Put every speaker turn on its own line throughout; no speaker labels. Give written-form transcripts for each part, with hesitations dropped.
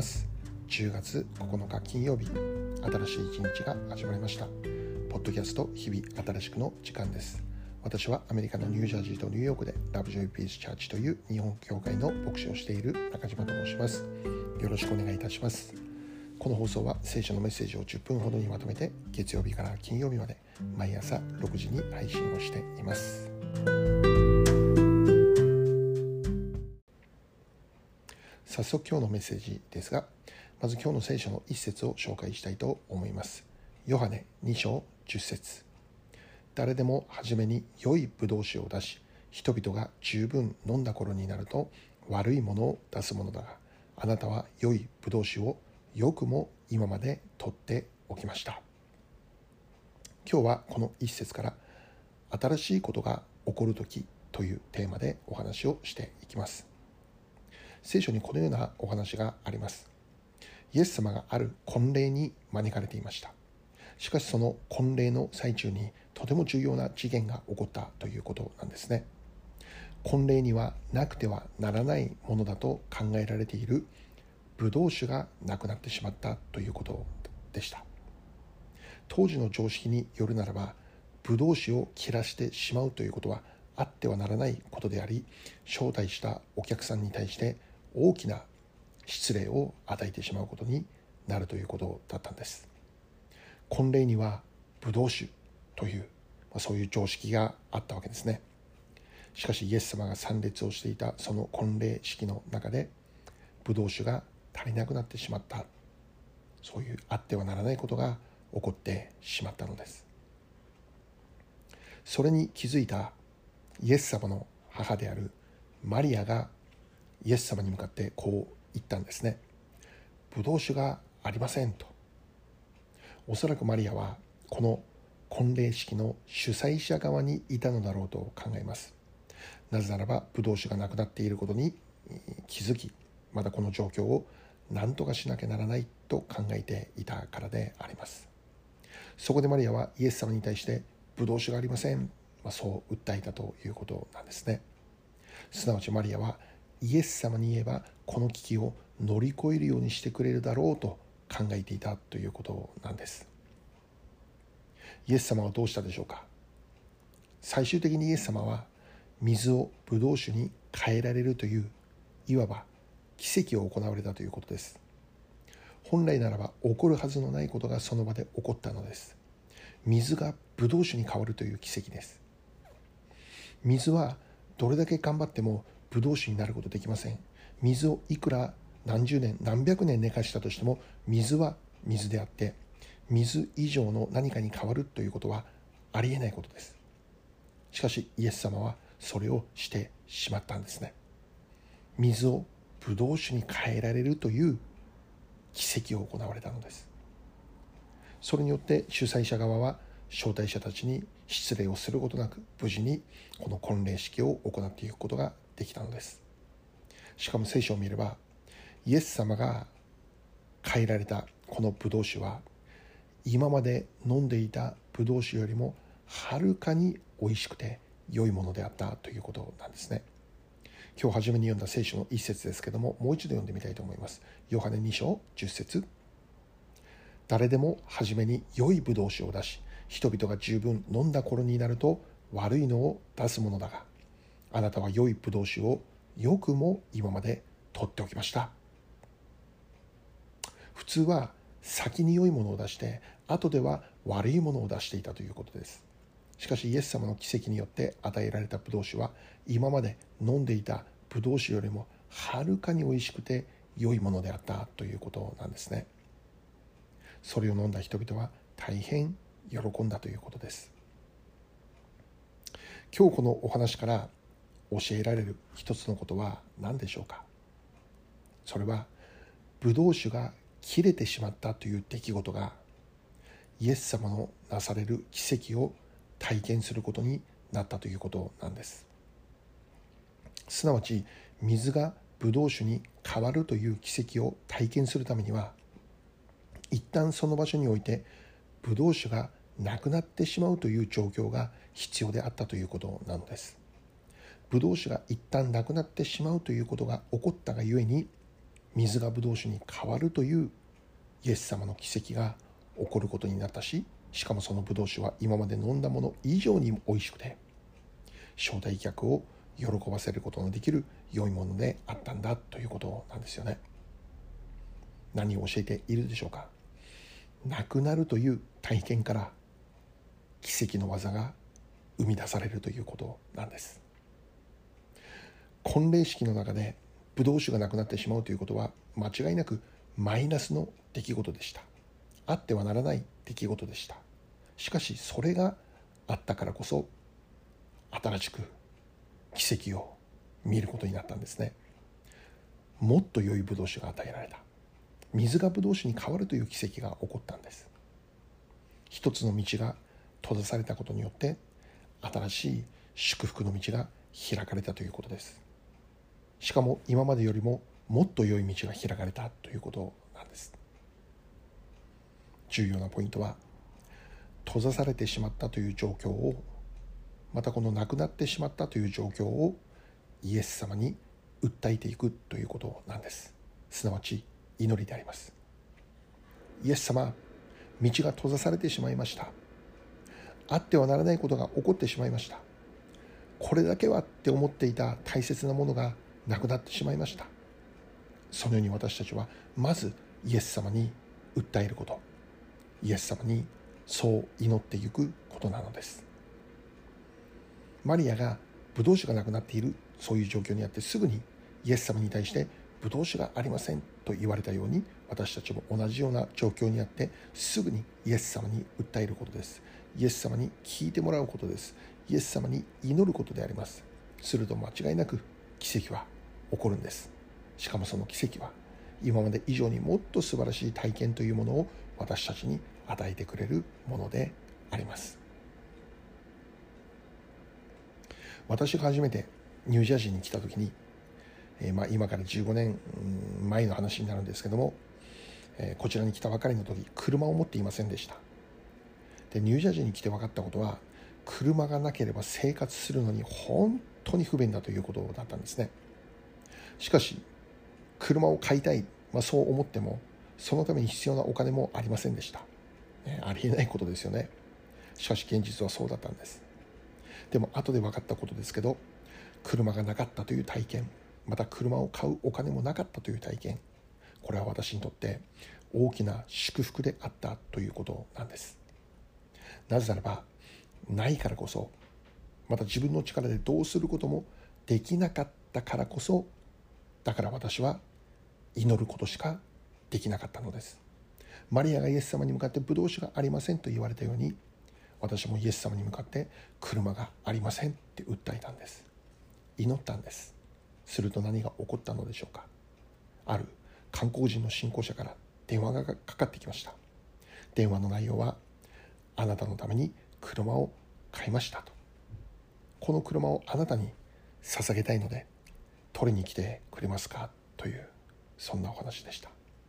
ます。10月9日金曜日、新しい一日が始まりました。ポッドキャスト日々新しくの時間です。私はアメリカのニュージャージーとニューヨークでラブジョイピースチャーチという日本教会の牧師をしている中島と申します。よろしくお願いいたします。この放送は聖書のメッセージを10分ほどにまとめて月曜日から金曜日まで毎朝6時に配信をしています。早速今日のメッセージですが、まず今日の聖書の一節を紹介したいと思います。ヨハネ2章10節。誰でも初めに良いブドウ酒を出し、人々が十分飲んだ頃になると悪いものを出すものだが、あなたは良いブドウ酒をよくも今まで取っておきました。今日はこの一節から新しいことが起こるときというテーマでお話をしていきます。聖書にこのようなお話があります。イエス様がある婚礼に招かれていました。しかしその婚礼の最中にとても重要な事件が起こったということなんですね。婚礼にはなくてはならないものだと考えられているブドウ酒がなくなってしまったということでした。当時の常識によるならば、ブドウ酒を切らしてしまうということはあってはならないことであり、招待したお客さんに対して大きな失礼を与えてしまうことになるということだったんです。婚礼にはブドウ酒という、そういう常識があったわけですね。しかしイエス様が参列をしていたその婚礼式の中でブドウ酒が足りなくなってしまった、そういうあってはならないことが起こってしまったのです。それに気づいたイエス様の母であるマリアがイエス様に向かってこう言ったんですね。ブドウ酒がありませんと。おそらくマリアはこの婚礼式の主催者側にいたのだろうと考えます。なぜならばブドウ酒がなくなっていることに気づき、またこの状況を何とかしなきゃならないと考えていたからであります。そこでマリアはイエス様に対してブドウ酒がありません、そう訴えたということなんですね。すなわちマリアはイエス様に言えばこの危機を乗り越えるようにしてくれるだろうと考えていたということなんです。イエス様はどうしたでしょうか。最終的にイエス様は水をブドウ酒に変えられるといういわば奇跡を行われたということです。本来ならば起こるはずのないことがその場で起こったのです。水がブドウ酒に変わるという奇跡です。水はどれだけ頑張ってもブドウ酒になることできません。水をいくら何十年何百年寝かしたとしても水は水であって、水以上の何かに変わるということはありえないことです。しかしイエス様はそれをしてしまったんですね。水をブドウ酒に変えられるという奇跡を行われたのです。それによって主催者側は招待者たちに失礼をすることなく無事にこの婚礼式を行っていくことができたのです。しかも聖書を見ればイエス様が変えられたこのブドウ酒は今まで飲んでいたブドウ酒よりもはるかに美味しくて良いものであったということなんですね。今日初めに読んだ聖書の一節ですけども、もう一度読んでみたいと思います。ヨハネ2章10節。誰でも初めに良いブドウ酒を出し、人々が十分飲んだ頃になると悪いのを出すものだが、あなたは良いブドウ酒をよくも今まで取っておきました。普通は先に良いものを出して後では悪いものを出していたということです。しかしイエス様の奇跡によって与えられたブドウ酒は今まで飲んでいたブドウ酒よりもはるかに美味しくて良いものであったということなんですね。それを飲んだ人々は大変喜んだということです。今日このお話から教えられる一つのことは何でしょうか。それはブドウ酒が切れてしまったという出来事がイエス様のなされる奇跡を体験することになったということなんです。すなわち水がブドウ酒に変わるという奇跡を体験するためには、一旦その場所においてブドウ酒がなくなってしまうという状況が必要であったということなのです。ブドウ酒が一旦なくなってしまうということが起こったがゆえに、 水がブドウ酒に変わるというイエス様の奇跡が起こることになったし、しかもそのブドウ酒は今まで飲んだもの以上に美味しくて、招待客を喜ばせることのできる良いものであったんだということなんですよね。何を教えているでしょうか。亡くなるという体験から奇跡の技が生み出されるということなんです。婚礼式の中でブドウ酒がなくなってしまうということは間違いなくマイナスの出来事でした。あってはならない出来事でした。しかしそれがあったからこそ新しく奇跡を見ることになったんですね。もっと良いブドウ酒が与えられた。水がブドウ酒に変わるという奇跡が起こったんです。一つの道が閉ざされたことによって新しい祝福の道が開かれたということです。しかも今までよりももっと良い道が開かれたということなんです。重要なポイントは、閉ざされてしまったという状況を、またこの亡くなってしまったという状況をイエス様に訴えていくということなんです。すなわち祈りであります。イエス様、道が閉ざされてしまいました。あってはならないことが起こってしまいました。これだけはって思っていた大切なものがなくなってしまいました。そのように私たちはまずイエス様に訴えること、イエス様にそう祈っていくことなのです。マリアがブドウ酒がなくなっている、そういう状況にあってすぐにイエス様に対してブドウ酒がありませんと言われたように、私たちも同じような状況にあってすぐにイエス様に訴えることです。イエス様に聞いてもらうことです。イエス様に祈ることであります。すると間違いなく奇跡は起こるんです。しかもその奇跡は今まで以上にもっと素晴らしい体験というものを私たちに与えてくれるものであります。私が初めてニュージャージーに来た時に、今から15年前の話になるんですけども、こちらに来たばかりの時、車を持っていませんでした。で、ニュージャージーに来て分かったことは、車がなければ生活するのに本当に不便だということだったんですね。しかし車を買いたい、そう思ってもそのために必要なお金もありませんでした。ありえないことですよね。しかし現実はそうだったんです。でも後で分かったことですけど、車がなかったという体験、また車を買うお金もなかったという体験、これは私にとって大きな祝福であったということなんです。なぜならば、ないからこそ、また自分の力でどうすることもできなかったからこそ、だから私は祈ることしかできなかったのです。マリアがイエス様に向かってブドウ酒がありませんと言われたように、私もイエス様に向かって車がありませんって訴えたんです。祈ったんです。すると何が起こったのでしょうか。ある韓国人の信仰者から電話がかかってきました。電話の内容は、あなたのために車を買いましたと。この車をあなたに捧げたいので取りに来てくれますかという、そんなお話でした。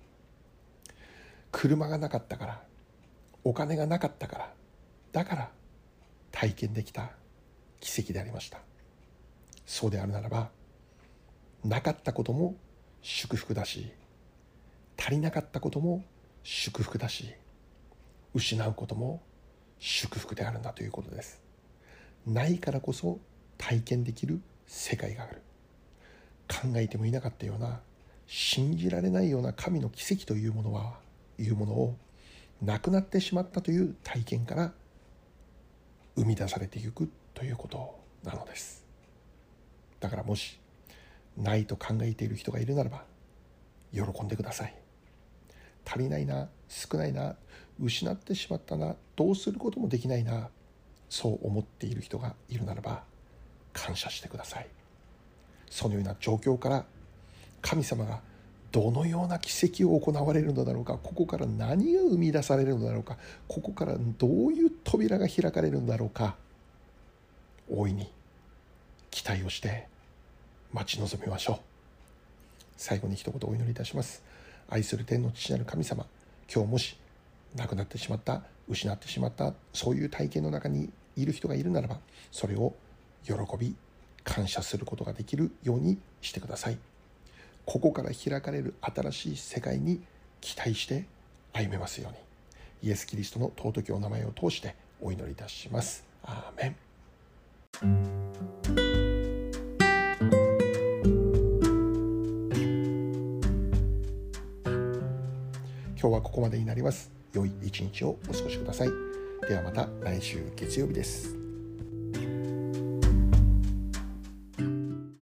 車がなかったから、お金がなかったから、だから体験できた奇跡でありました。そうであるならば、なかったことも祝福だし、足りなかったことも祝福だし、失うことも祝福であるんだということです。ないからこそ体験できる世界がある。考えてもいなかったような、信じられないような神の奇跡というものをなくなってしまったという体験から生み出されていくということなのです。だからもしないと考えている人がいるならば、喜んでください。足りないな、少ないな、失ってしまったな、どうすることもできないな、そう思っている人がいるならば感謝してください。そのような状況から神様がどのような奇跡を行われるのだろうか、ここから何が生み出されるのだろうか、ここからどういう扉が開かれるのだろうか、大いに期待をして待ち望みましょう。最後に一言お祈りいたします。愛する天の父なる神様、今日もし亡くなってしまった、失ってしまった、そういう体験の中にいる人がいるならば、それを喜び感謝することができるようにしてください。 ここから開かれる新しい世界に期待して歩めますように、イエス・キリストの尊きお名前を通してお祈りいたします。アーメン。今日はここまでになります。良い一日をお過ごしください。ではまた来週月曜日です。